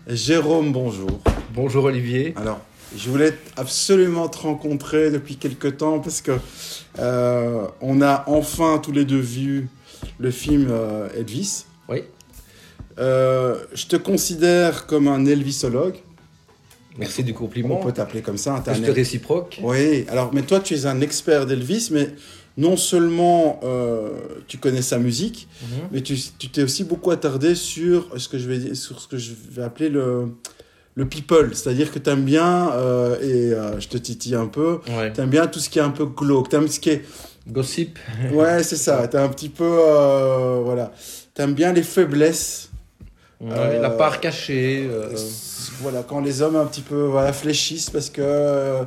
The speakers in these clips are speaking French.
Jérôme, bonjour. Bonjour Olivier. Alors, je voulais absolument te rencontrer depuis quelques temps parce que on a enfin tous les deux vu le film Elvis. Oui. Je te considère comme un Elvisologue. Merci du compliment. On peut t'appeler comme ça. Juste réciproque. Oui. Alors, mais toi, tu es un expert d'Elvis, mais non seulement tu connais sa musique, mais tu t'es aussi beaucoup attardé sur ce que je vais appeler le people. C'est-à-dire que tu aimes bien, je te titille un peu, Ouais. tu aimes bien tout ce qui est un peu glauque, tu aimes ce qui est... Gossip. Ouais, c'est ça, tu es un petit peu... voilà. Tu aimes bien les faiblesses. Ouais, la part cachée. Voilà, quand les hommes un petit peu fléchissent parce que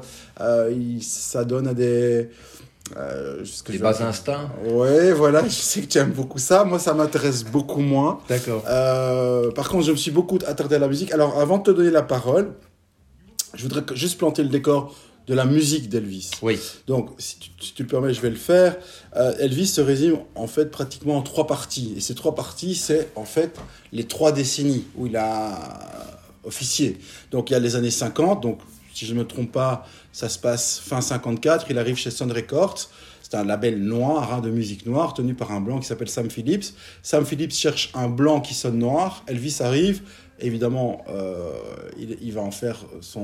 ça donne à des... Les bas instincts. Ouais, voilà, je sais que tu aimes beaucoup ça. Moi, ça m'intéresse beaucoup moins. D'accord. Par contre, je me suis beaucoup attardé à la musique. Alors, avant de te donner la parole, je voudrais juste planter le décor de la musique d'Elvis. Oui. Donc, si tu le permets, je vais le faire. Elvis se résume en fait pratiquement en 3 parties. Et ces 3 parties, c'est en fait les 3 décennies où il a officié. Donc, il y a les années 50. Donc, si je ne me trompe pas, ça se passe fin 54. Il arrive chez Sun Records. C'est un label noir, de musique noire, tenu par un blanc qui s'appelle Sam Phillips. Sam Phillips cherche un blanc qui sonne noir. Elvis arrive. Évidemment, il va en faire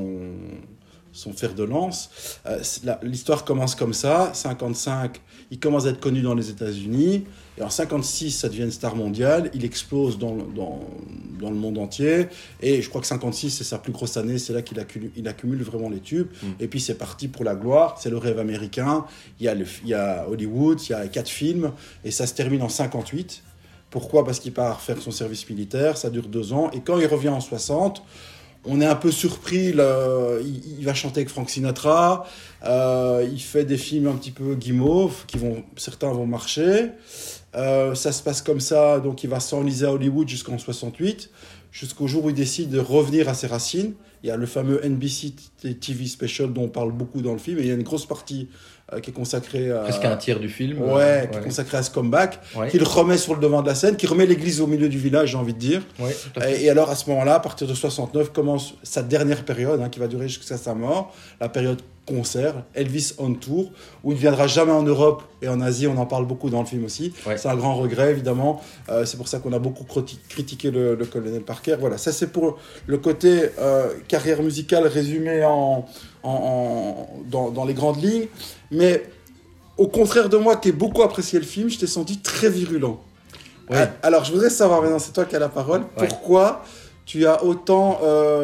son fer de lance. L'histoire commence comme ça. 55, il commence à être connu dans les États-Unis. Et en 56, ça devient une star mondiale. Il explose dans le monde entier. Et je crois que 56, c'est sa plus grosse année. C'est là qu'il accumule vraiment les tubes. Et puis c'est parti pour la gloire. C'est le rêve américain. Il y a Hollywood, il y a 4 films. Et ça se termine en 58. Pourquoi ? Parce qu'il part faire son service militaire. Ça dure 2 ans. Et quand il revient en 60... on est un peu surpris, il va chanter avec Frank Sinatra, il fait des films un petit peu guimauves, certains vont marcher. Ça se passe comme ça, donc il va s'enliser à Hollywood jusqu'en 68, jusqu'au jour où il décide de revenir à ses racines. Il y a le fameux NBC TV special dont on parle beaucoup dans le film, et il y a une grosse partie qui est consacrée à... Presque un tiers du film. Qui est consacrée à ce comeback, qu'il remet sur le devant de la scène, qui remet l'église au milieu du village, j'ai envie de dire. Ouais, tout à fait. Et alors, à ce moment-là, à partir de 69, commence sa dernière période, qui va durer jusqu'à sa mort, la période concert, Elvis on Tour, où il ne viendra jamais en Europe et en Asie, on en parle beaucoup dans le film aussi. Ouais. C'est un grand regret, évidemment. C'est pour ça qu'on a beaucoup critiqué le colonel Parker. Voilà, ça c'est pour le côté carrière musicale résumée dans les grandes lignes. Mais au contraire de moi, qui ai beaucoup apprécié le film, je t'ai senti très virulent. Ouais. Alors, je voudrais savoir, maintenant, c'est toi qui as la parole, pourquoi tu as autant...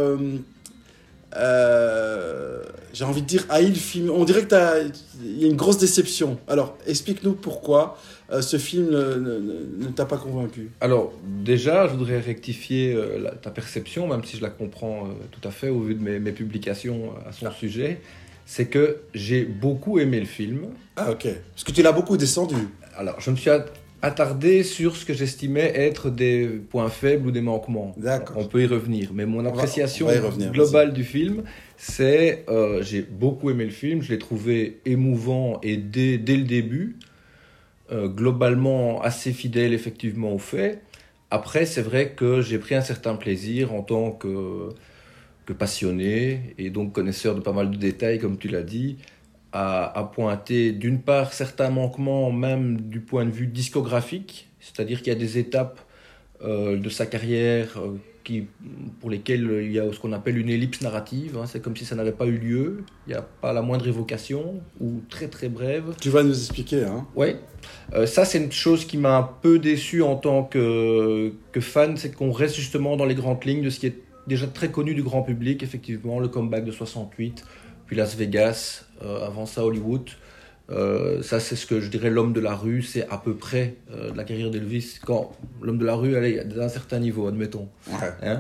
j'ai envie de dire haï le film. On dirait qu'il y a une grosse déception. Alors, explique-nous pourquoi ce film ne t'a pas convaincu. Alors, déjà, je voudrais rectifier ta perception, même si je la comprends tout à fait au vu de mes publications à son sujet. C'est que j'ai beaucoup aimé le film. Ah, ok. Parce que tu l'as beaucoup descendu. Alors, je me suis attardé sur ce que j'estimais être des points faibles ou des manquements. D'accord. On peut y revenir. Mais mon appréciation globale du film, c'est... j'ai beaucoup aimé le film. Je l'ai trouvé émouvant et dès le début, globalement assez fidèle effectivement aux faits. Après, c'est vrai que j'ai pris un certain plaisir en tant que passionné et donc connaisseur de pas mal de détails, comme tu l'as dit, à pointer d'une part certains manquements même du point de vue discographique, c'est-à-dire qu'il y a des étapes de sa carrière pour lesquelles il y a ce qu'on appelle une ellipse narrative, c'est comme si ça n'avait pas eu lieu, il n'y a pas la moindre évocation, ou très très brève. Tu vas nous expliquer, Oui, ça c'est une chose qui m'a un peu déçu en tant que fan, c'est qu'on reste justement dans les grandes lignes de ce qui est déjà très connu du grand public, effectivement, le comeback de 68, puis Las Vegas, avant ça Hollywood. Ça, c'est ce que je dirais l'homme de la rue, c'est à peu près de la carrière d'Elvis. Quand l'homme de la rue, allez, à un certain niveau, admettons. Ouais.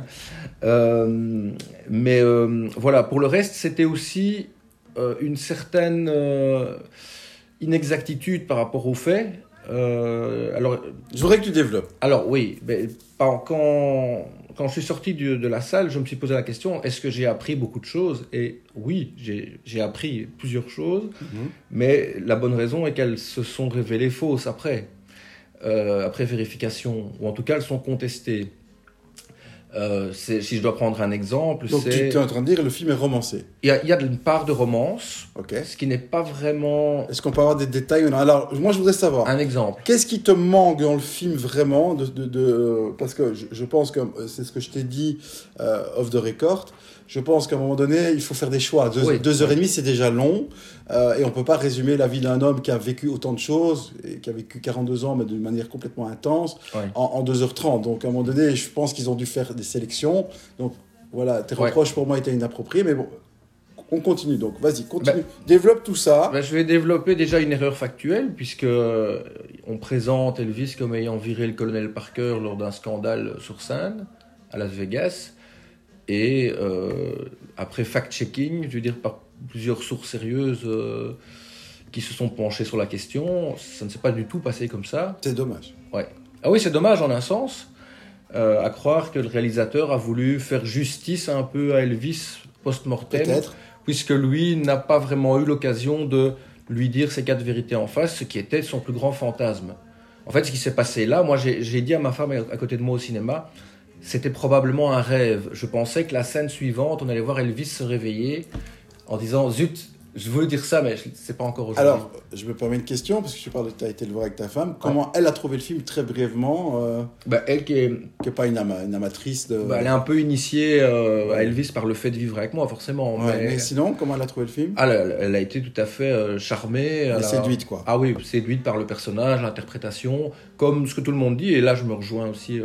Mais voilà, pour le reste, c'était aussi une certaine inexactitude par rapport aux faits. Alors, je voudrais que tu développes. Alors oui, mais quand je suis sorti de la salle, je me suis posé la question, est-ce que j'ai appris beaucoup de choses ? Et oui, j'ai appris plusieurs choses, mais la bonne raison est qu'elles se sont révélées fausses après vérification, ou en tout cas elles sont contestées. Si je dois prendre un exemple, donc tu es en train de dire que le film est romancé. Il y a une part de romance, ce qui n'est pas vraiment... Est-ce qu'on peut avoir des détails? Alors, moi, je voudrais savoir... Un exemple. Qu'est-ce qui te manque dans le film vraiment parce que je pense que c'est ce que je t'ai dit off the record. Je pense qu'à un moment donné, il faut faire des choix. 2h30, c'est déjà long. Et on ne peut pas résumer la vie d'un homme qui a vécu autant de choses, et qui a vécu 42 ans, mais d'une manière complètement intense, en 2h30. Donc, à un moment donné, je pense qu'ils ont dû faire des sélections. Donc, voilà, tes reproches pour moi étaient inappropriés. Mais bon, on continue. Donc, vas-y, continue. Développe tout ça. Je vais développer déjà une erreur factuelle, puisque on présente Elvis comme ayant viré le colonel Parker lors d'un scandale sur scène, à Las Vegas. Et après fact-checking, je veux dire par plusieurs sources sérieuses qui se sont penchées sur la question, ça ne s'est pas du tout passé comme ça. C'est dommage. Ouais. Ah oui, c'est dommage en un sens, à croire que le réalisateur a voulu faire justice un peu à Elvis post-mortem. Peut-être. Puisque lui n'a pas vraiment eu l'occasion de lui dire ses 4 vérités en face, ce qui était son plus grand fantasme. En fait, ce qui s'est passé là, moi j'ai dit à ma femme à côté de moi au cinéma, c'était probablement un rêve. Je pensais que la scène suivante, on allait voir Elvis se réveiller en disant « Zut, je voulais dire ça, mais c'est pas encore aujourd'hui. » Alors, je me permets une question, parce que tu parles de tu as été le voir avec ta femme. Comment elle a trouvé le film très brièvement Elle qui est pas une amatrice de... elle est un peu initiée à Elvis par le fait de vivre avec moi, forcément. Mais sinon, comment elle a trouvé le film? Elle a été tout à fait charmée. Séduite, quoi. Ah oui, séduite par le personnage, l'interprétation, comme ce que tout le monde dit. Et là, je me rejoins aussi,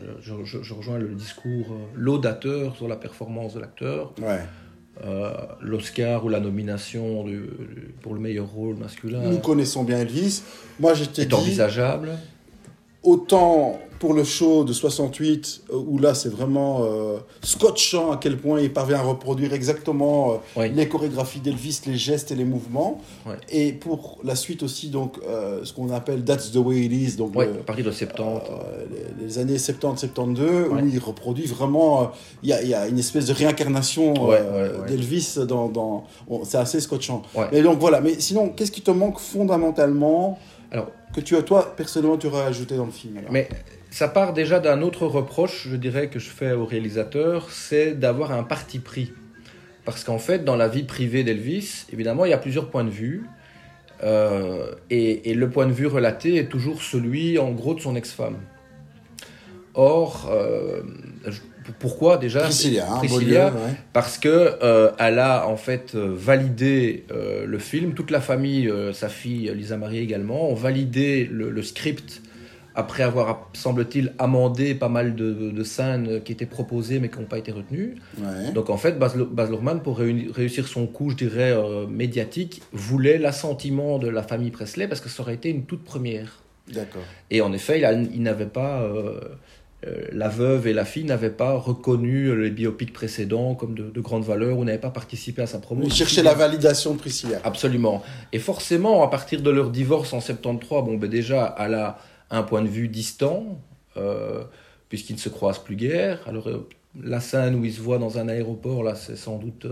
je rejoins le discours laudateur sur la performance de l'acteur. Ouais. L'Oscar ou la nomination pour le meilleur rôle masculin. Nous connaissons bien Elvis. Moi, je t'ai dit... C'est envisageable. Autant pour le show de 68, où là, c'est vraiment scotchant à quel point il parvient à reproduire exactement les chorégraphies d'Elvis, les gestes et les mouvements. Ouais. Et pour la suite aussi, donc, ce qu'on appelle That's the way it is. Donc, à partir de 70. Les années 70-72, où il reproduit vraiment... Il y a une espèce de réincarnation d'Elvis c'est assez scotchant. Ouais. Mais donc, voilà. Mais sinon, qu'est-ce qui te manque fondamentalement que toi, personnellement, tu aurais ajouté dans le film? Mais ça part déjà d'un autre reproche, je dirais, que je fais au réalisateur, c'est d'avoir un parti pris. Parce qu'en fait, dans la vie privée d'Elvis, évidemment, il y a plusieurs points de vue. Et le point de vue relaté est toujours celui, en gros, de son ex-femme. Or, pourquoi déjà Priscilla, parce que elle a en fait validé le film. Toute la famille, sa fille Lisa Marie également, ont validé le script après avoir, semble-t-il, amendé pas mal de scènes qui étaient proposées mais qui n'ont pas été retenues. Ouais. Donc en fait, Baz Luhrmann, pour réussir son coup, je dirais, médiatique, voulait l'assentiment de la famille Presley parce que ça aurait été une toute première. D'accord. Et en effet, il n'avait pas... la veuve et la fille n'avaient pas reconnu les biopics précédents comme de grande valeur ou n'avaient pas participé à sa promotion. Ils cherchaient la validation de Priscilla. Absolument. Et forcément, à partir de leur divorce en 73, déjà, elle a un point de vue distant, puisqu'ils ne se croisent plus guère. Alors, la scène où ils se voient dans un aéroport, là, c'est sans doute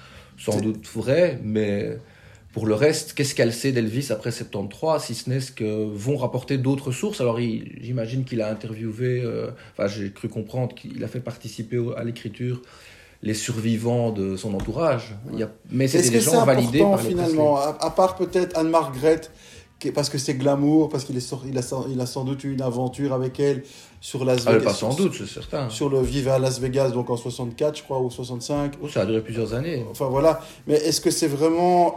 vrai, mais... Pour le reste, qu'est-ce qu'elle sait d'Elvis après 73, si ce n'est ce que vont rapporter d'autres sources? Alors, j'imagine qu'il a interviewé, j'ai cru comprendre qu'il a fait participer à l'écriture les survivants de son entourage. Mais c'était des gens validés par les finalement, à part peut-être Anne-Margrethe, parce que c'est glamour, parce qu'il a sans doute eu une aventure avec elle sur Las Vegas. Pas sans doute, c'est certain. Sur le Viva à Las Vegas, donc en 64, je crois, ou 65. Oh, ça a duré plusieurs années. Enfin voilà. Mais est-ce que c'est vraiment...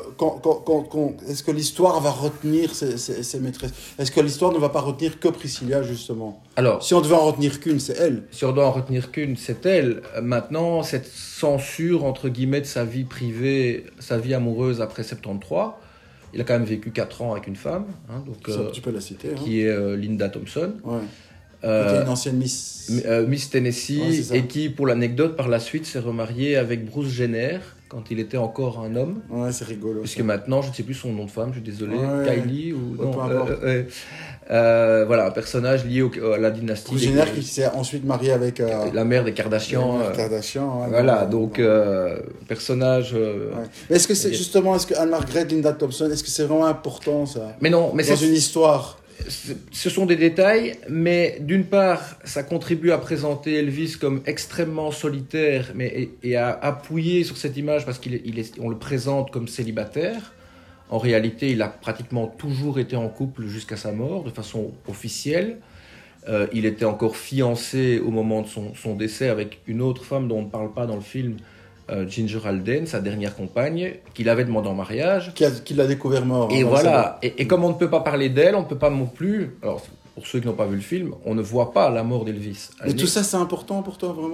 est-ce que l'histoire va retenir ces maîtresses? Est-ce que l'histoire ne va pas retenir que Priscilla, justement? Alors, si on devait en retenir qu'une, c'est elle. Si on doit en retenir qu'une, c'est elle. Maintenant, cette censure, entre guillemets, de sa vie privée, sa vie amoureuse après 73... Il a quand même vécu 4 ans avec une femme, donc, tu peux la citer, qui est Linda Thompson. Ouais. Qui est une ancienne Miss Tennessee, et qui, pour l'anecdote, par la suite, s'est remariée avec Bruce Jenner quand il était encore un homme. Ouais, c'est rigolo. Puisque maintenant, je ne sais plus son nom de femme, je suis désolé, Kylie ou non. Peu importe. Voilà, un personnage lié à la dynastie. Bruce Jenner qui s'est ensuite marié avec la mère des Kardashians. Voilà, donc personnage. Mais est-ce que c'est justement, est-ce que Anne-Margrethe, Linda Thompson, est-ce que c'est vraiment important ça? Mais non, mais dans une histoire. Ce sont des détails, mais d'une part, ça contribue à présenter Elvis comme extrêmement solitaire, et à appuyer sur cette image parce qu'on le présente comme célibataire. En réalité, il a pratiquement toujours été en couple jusqu'à sa mort, de façon officielle. Il était encore fiancé au moment de son décès avec une autre femme dont on ne parle pas dans le film, Ginger Alden, sa dernière compagne, qu'il avait demandé en mariage. Qu'il a découvert mort. Et voilà. Et comme on ne peut pas parler d'elle, on ne peut pas non plus... Alors, pour ceux qui n'ont pas vu le film, on ne voit pas la mort d'Elvis. Mais tout ça, c'est important pour toi, vraiment ?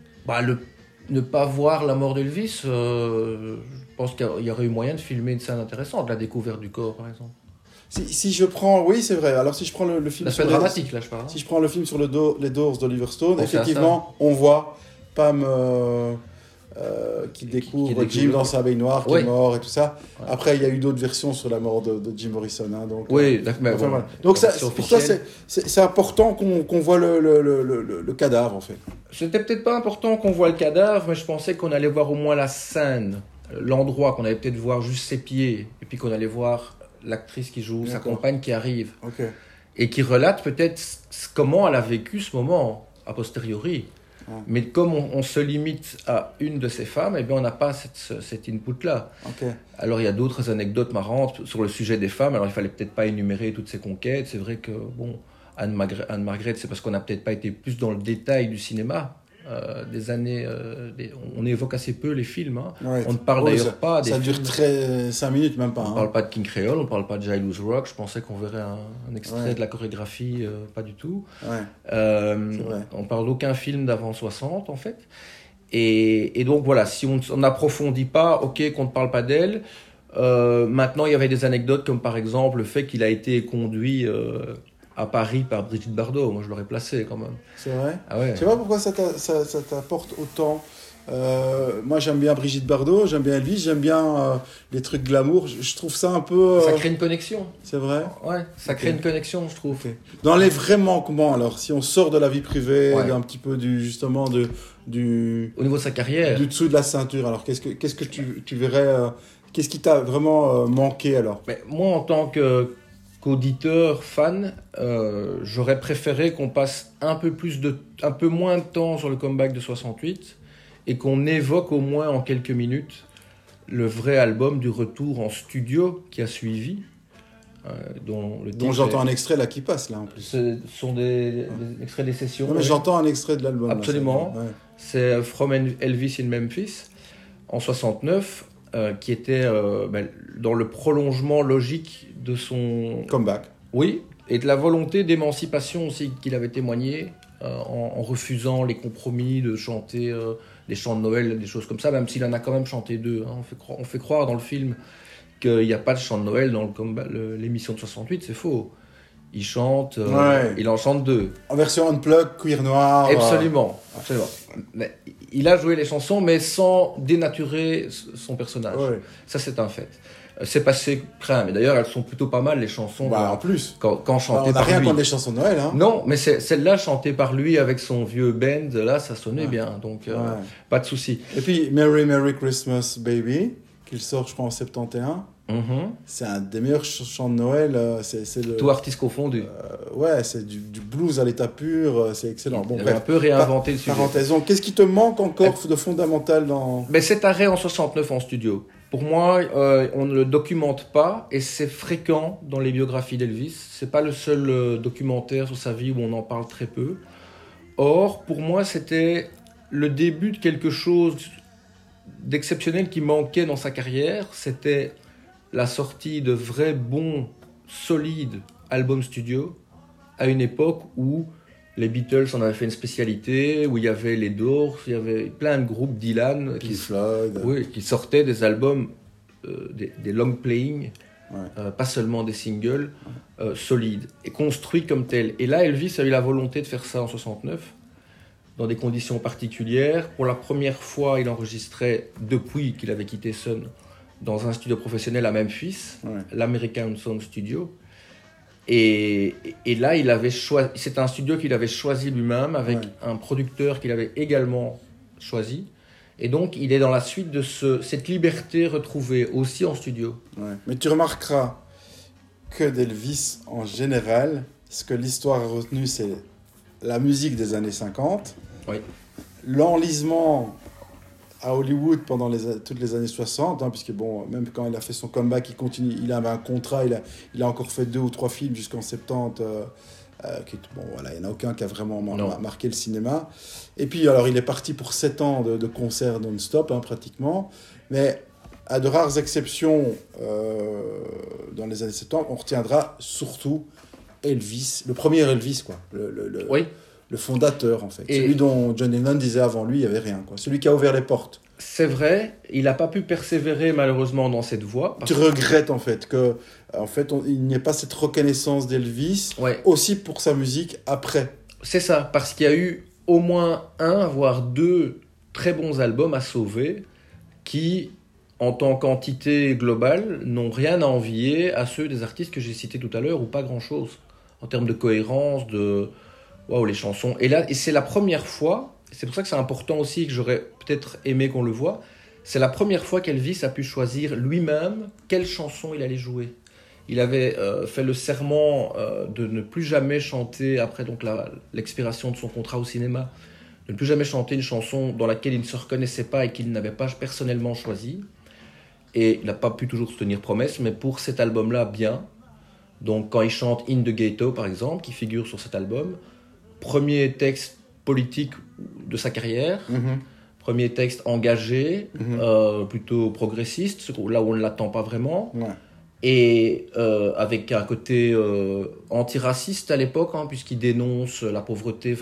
Ne pas voir la mort d'Elvis, je pense qu'il y aurait eu moyen de filmer une scène intéressante, la découverte du corps, par exemple. Si je prends... Oui, c'est vrai. Alors, si je prends le film... L'aspect dramatique, là, je parle. Si je prends le film sur les Doors d'Oliver Stone, effectivement, on voit Pam... qui découvre Jim dans sa baignoire, qui est mort et tout ça. Ouais. Après, il y a eu d'autres versions sur la mort de Jim Morrison. Hein, donc, oui, voilà. Donc pour toi, c'est important qu'on voit le cadavre, en fait. C'était peut-être pas important qu'on voit le cadavre, mais je pensais qu'on allait voir au moins la scène, l'endroit, qu'on allait peut-être voir juste ses pieds, et puis qu'on allait voir l'actrice qui joue, sa compagne qui arrive, et qui relate peut-être comment elle a vécu ce moment, a posteriori. Ouais. Mais comme on se limite à une de ces femmes, eh bien on n'a pas cet input-là. Alors il y a d'autres anecdotes marrantes sur le sujet des femmes. Alors il fallait peut-être pas énumérer toutes ces conquêtes. C'est vrai que Anne-Margrethe, c'est parce qu'on n'a peut-être pas été plus dans le détail du cinéma. Des années, on évoque assez peu les films. Hein. Ouais, on ne parle d'ailleurs pas des films. Ça dure 5 minutes, même pas. On ne parle pas de King Creole, on ne parle pas de Jailhouse Rock. Je pensais qu'on verrait un extrait de la chorégraphie, pas du tout. On parle d'aucun film d'avant 60, en fait. Et donc voilà, si on n'approfondit pas, qu'on ne parle pas d'elle. Maintenant, il y avait des anecdotes comme par exemple le fait qu'il a été conduit... à Paris par Brigitte Bardot. Moi, je l'aurais placé quand même. C'est vrai ? Ah ouais. Je sais pas pourquoi ça t'apporte autant. Moi, j'aime bien Brigitte Bardot, j'aime bien Elvis, j'aime bien les trucs glamour. Je trouve ça un peu... Ça crée une connexion. C'est vrai ? Ouais, ça crée une connexion, je trouve. Dans les vrais manquements, alors, si on sort de la vie privée, d'un petit peu justement du... Au niveau de sa carrière. Du dessous de la ceinture, alors qu'est-ce que tu verrais... qu'est-ce qui t'a vraiment manqué, alors ? Moi, en tant qu'auditeur, fan, j'aurais préféré qu'on passe un peu moins de temps sur le comeback de 68 et qu'on évoque au moins en quelques minutes le vrai album du retour en studio qui a suivi, dont j'entends un extrait là qui passe là en plus. Ce sont des extraits des sessions. Non, mais j'entends un extrait de l'album. Absolument. Là, c'est From Elvis in Memphis en 69. Qui était dans le prolongement logique de son... comeback. Oui, et de la volonté d'émancipation aussi qu'il avait témoigné en refusant les compromis de chanter des chants de Noël, des choses comme ça, même s'il en a quand même chanté 2. Hein. On fait croire dans le film qu'il n'y a pas de chant de Noël dans l'émission de 68, c'est faux. Il chante, il en chante 2. En version unplugged, cuir noir. Absolument. Mais il a joué les chansons, mais sans dénaturer son personnage. Ouais. Ça, c'est un fait. C'est passé crème. Et d'ailleurs, elles sont plutôt pas mal, les chansons. En plus. Quand chantées par lui. On n'a rien contre les chansons de Noël. Hein. Non, mais celle-là, chantée par lui avec son vieux band, là, ça sonnait bien. Donc, pas de souci. Et puis, Merry Merry Christmas Baby, qu'il sort, je crois, en 71. C'est un des meilleurs chants de Noël. Tout artiste confondu. C'est du blues à l'état pur. C'est excellent. Il avait un peu réinventé le sujet. Parenthèse. Qu'est-ce qui te manque encore de fondamental dans... Cet arrêt en 69 en studio. Pour moi, on ne le documente pas et c'est fréquent dans les biographies d'Elvis. C'est pas le seul documentaire sur sa vie où on en parle très peu. Or, pour moi, c'était le début de quelque chose d'exceptionnel qui manquait dans sa carrière. C'était la sortie de vrais bons, solides albums studio à une époque où les Beatles en avaient fait une spécialité, où il y avait les Doors, il y avait plein de groupes, Dylan, qui sortaient des albums, des long playing, pas seulement des singles, solides, et construits comme tels. Et là, Elvis a eu la volonté de faire ça en 69, dans des conditions particulières. Pour la première fois, il enregistrait, depuis qu'il avait quitté Sun, dans un studio professionnel à Memphis, l'American Sound Studio. Et là, c'est un studio qu'il avait choisi lui-même, avec un producteur qu'il avait également choisi. Et donc, il est dans la suite de cette liberté retrouvée aussi en studio. Mais tu remarqueras que d'Elvis en général. Ce que l'histoire a retenu, c'est la musique des années 50. Oui. L'enlisement à Hollywood pendant toutes les années 60, hein, puisque bon, même quand il a fait son comeback, il avait un contrat, il a encore fait 2 ou 3 films jusqu'en 70. Bon, voilà, il n'y en a aucun qui a vraiment marqué le cinéma. Et puis, alors, il est parti pour 7 ans de concerts non-stop, hein, pratiquement. Mais à de rares exceptions, dans les années 70, on retiendra surtout Elvis, le premier Elvis, quoi. Oui. Le fondateur, en fait. Celui dont John Lennon disait avant lui, il n'y avait rien, quoi. Celui qui a ouvert les portes. C'est vrai, il n'a pas pu persévérer malheureusement dans cette voie. Tu regrettes en fait il n'y ait pas cette reconnaissance d'Elvis, aussi pour sa musique après. C'est ça, parce qu'il y a eu au moins 1, voire 2 très bons albums à sauver qui, en tant qu'entité globale, n'ont rien à envier à ceux des artistes que j'ai cités tout à l'heure, ou pas grand-chose, en termes de cohérence, les chansons. Et c'est la première fois, c'est pour ça que c'est important aussi, que j'aurais peut-être aimé qu'on le voie, c'est la première fois qu'Elvis a pu choisir lui-même quelle chanson il allait jouer. Il avait fait le serment de ne plus jamais chanter, après donc l'expiration de son contrat au cinéma, de ne plus jamais chanter une chanson dans laquelle il ne se reconnaissait pas et qu'il n'avait pas personnellement choisi. Et il n'a pas pu toujours se tenir promesse, mais pour cet album-là, bien. Donc quand il chante In the Ghetto, par exemple, qui figure sur cet album, premier texte politique de sa carrière, premier texte engagé, plutôt progressiste, là où on ne l'attend pas vraiment, et avec un côté antiraciste à l'époque, hein, puisqu'il dénonce la pauvreté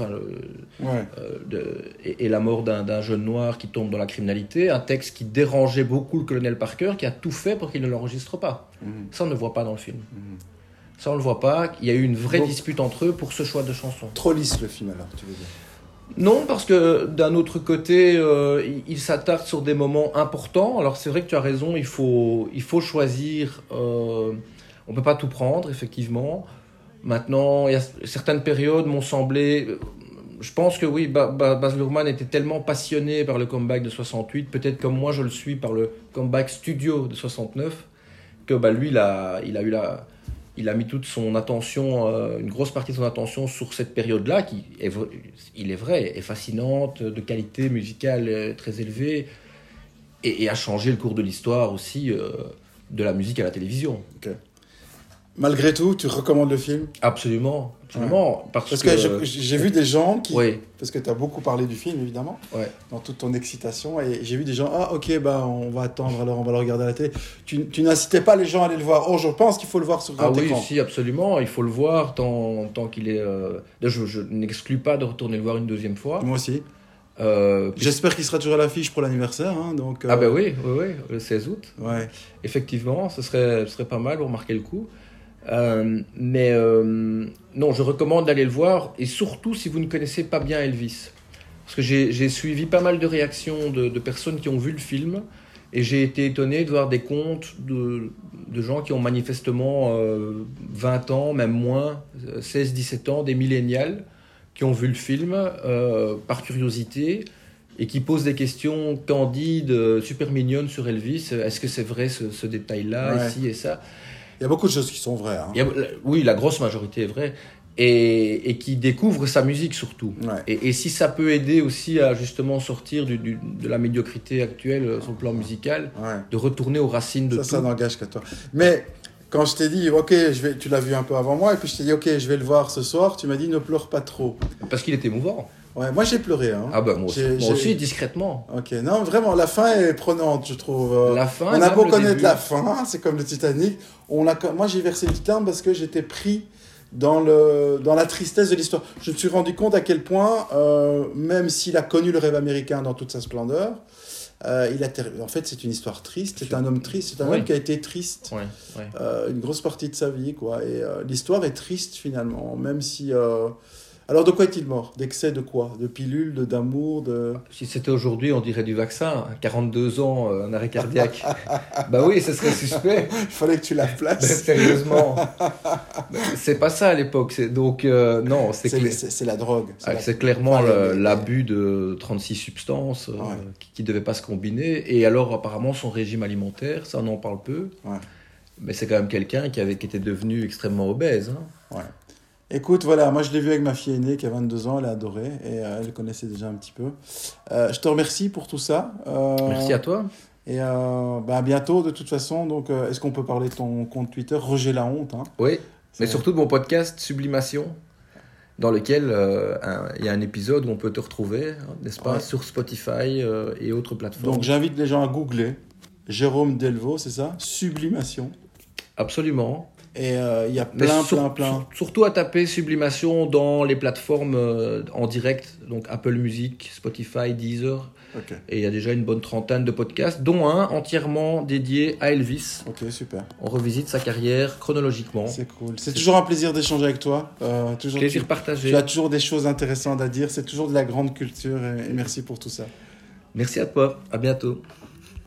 et la mort d'un jeune noir qui tombe dans la criminalité, un texte qui dérangeait beaucoup le colonel Parker, qui a tout fait pour qu'il ne l'enregistre pas. Ça, on ne le voit pas dans le film. Ça, on ne le voit pas. Il y a eu une vraie dispute entre eux pour ce choix de chanson. Trop lisse, le film, alors, tu veux dire? Non, parce que d'un autre côté, il s'attarde sur des moments importants. Alors, c'est vrai que tu as raison, il faut choisir. On ne peut pas tout prendre, effectivement. Maintenant, il y a certaines périodes m'ont semblé... Je pense que oui, Baz Luhrmann était tellement passionné par le comeback de 68, peut-être comme moi je le suis par le comeback studio de 69, que lui, il a mis toute son attention, une grosse partie de son attention sur cette période-là, qui, il est vrai, est fascinante, de qualité musicale très élevée, et a changé le cours de l'histoire aussi de la musique à la télévision. Okay. Malgré tout, tu recommandes le film ? Absolument. Ouais. Parce que j'ai vu des gens qui... Parce que tu as beaucoup parlé du film, évidemment, dans toute ton excitation, et j'ai vu des gens, on va attendre, alors on va le regarder à la télé. Tu n'incitais pas les gens à aller le voir. Je pense qu'il faut le voir sur grand écran. Oui, si, absolument. Il faut le voir tant qu'il est... Je n'exclus pas de retourner le voir une deuxième fois. Moi aussi. J'espère qu'il sera toujours à l'affiche pour l'anniversaire. Donc, oui, le 16 août. Ouais. Effectivement, ce serait pas mal pour marquer le coup. Non, je recommande d'aller le voir, et surtout si vous ne connaissez pas bien Elvis, parce que j'ai suivi pas mal de réactions de personnes qui ont vu le film, et j'ai été étonné de voir des comptes de gens qui ont manifestement 20 ans, même moins, 16-17 ans, des millénials qui ont vu le film par curiosité et qui posent des questions candides, super mignonnes sur Elvis. Est-ce que c'est vrai ce détail-là, ici et ça? Il y a beaucoup de choses qui sont vraies. Hein. Oui, la grosse majorité est vraie. Et qui découvre sa musique surtout. Ouais. Et si ça peut aider aussi à justement sortir de la médiocrité actuelle sur le plan musical, de retourner aux racines de tout. Ça n'engage qu'à toi. Mais quand je t'ai dit, tu l'as vu un peu avant moi, et puis je t'ai dit, je vais le voir ce soir, tu m'as dit, ne pleure pas trop. Parce qu'il est émouvant. Ouais, moi j'ai pleuré. Hein. Ah moi aussi, discrètement. Ok, non, vraiment, la fin est prenante, je trouve. La fin, on a beau connaître la fin, c'est comme le Titanic. Moi j'ai versé le Titanic parce que j'étais pris dans la tristesse de l'histoire. Je me suis rendu compte à quel point, même s'il a connu le rêve américain dans toute sa splendeur, en fait c'est une histoire triste, c'est un homme triste, c'est un homme qui a été triste une grosse partie de sa vie, quoi. Et l'histoire est triste finalement, même si... Alors de quoi est-il mort ? D'excès de quoi ? De pilules, d'amour, de... Si c'était aujourd'hui, on dirait du vaccin. 42 ans, un arrêt cardiaque. Oui, ce serait suspect. Il fallait que tu la places. Sérieusement. C'est pas ça à l'époque. Donc, non, c'est la drogue. C'est clairement l'abus de 36 substances qui ne devaient pas se combiner. Et alors, apparemment, son régime alimentaire, ça, on en parle peu. Ouais. Mais c'est quand même quelqu'un qui était devenu extrêmement obèse. Hein. Ouais. Écoute, voilà, moi je l'ai vu avec ma fille aînée qui a 22 ans, elle a adoré et elle connaissait déjà un petit peu. Je te remercie pour tout ça. Merci à toi. Et à bientôt de toute façon. Donc, est-ce qu'on peut parler de ton compte Twitter, Roger Lahonte, hein? Oui, mais surtout de mon podcast Sublimation, dans lequel il y a un épisode où on peut te retrouver, n'est-ce pas, sur Spotify et autres plateformes. Donc j'invite les gens à googler Jérôme Delvaux, c'est ça? Sublimation. Absolument. Et il y a plein. Surtout à taper Sublimation dans les plateformes en direct, donc Apple Music, Spotify, Deezer. Okay. Et il y a déjà une bonne trentaine de podcasts, dont un entièrement dédié à Elvis. Ok, super. On revisite sa carrière chronologiquement. C'est cool. C'est toujours un plaisir d'échanger avec toi. Plaisir partagé. Tu as toujours des choses intéressantes à dire. C'est toujours de la grande culture. Et merci pour tout ça. Merci à toi. À bientôt.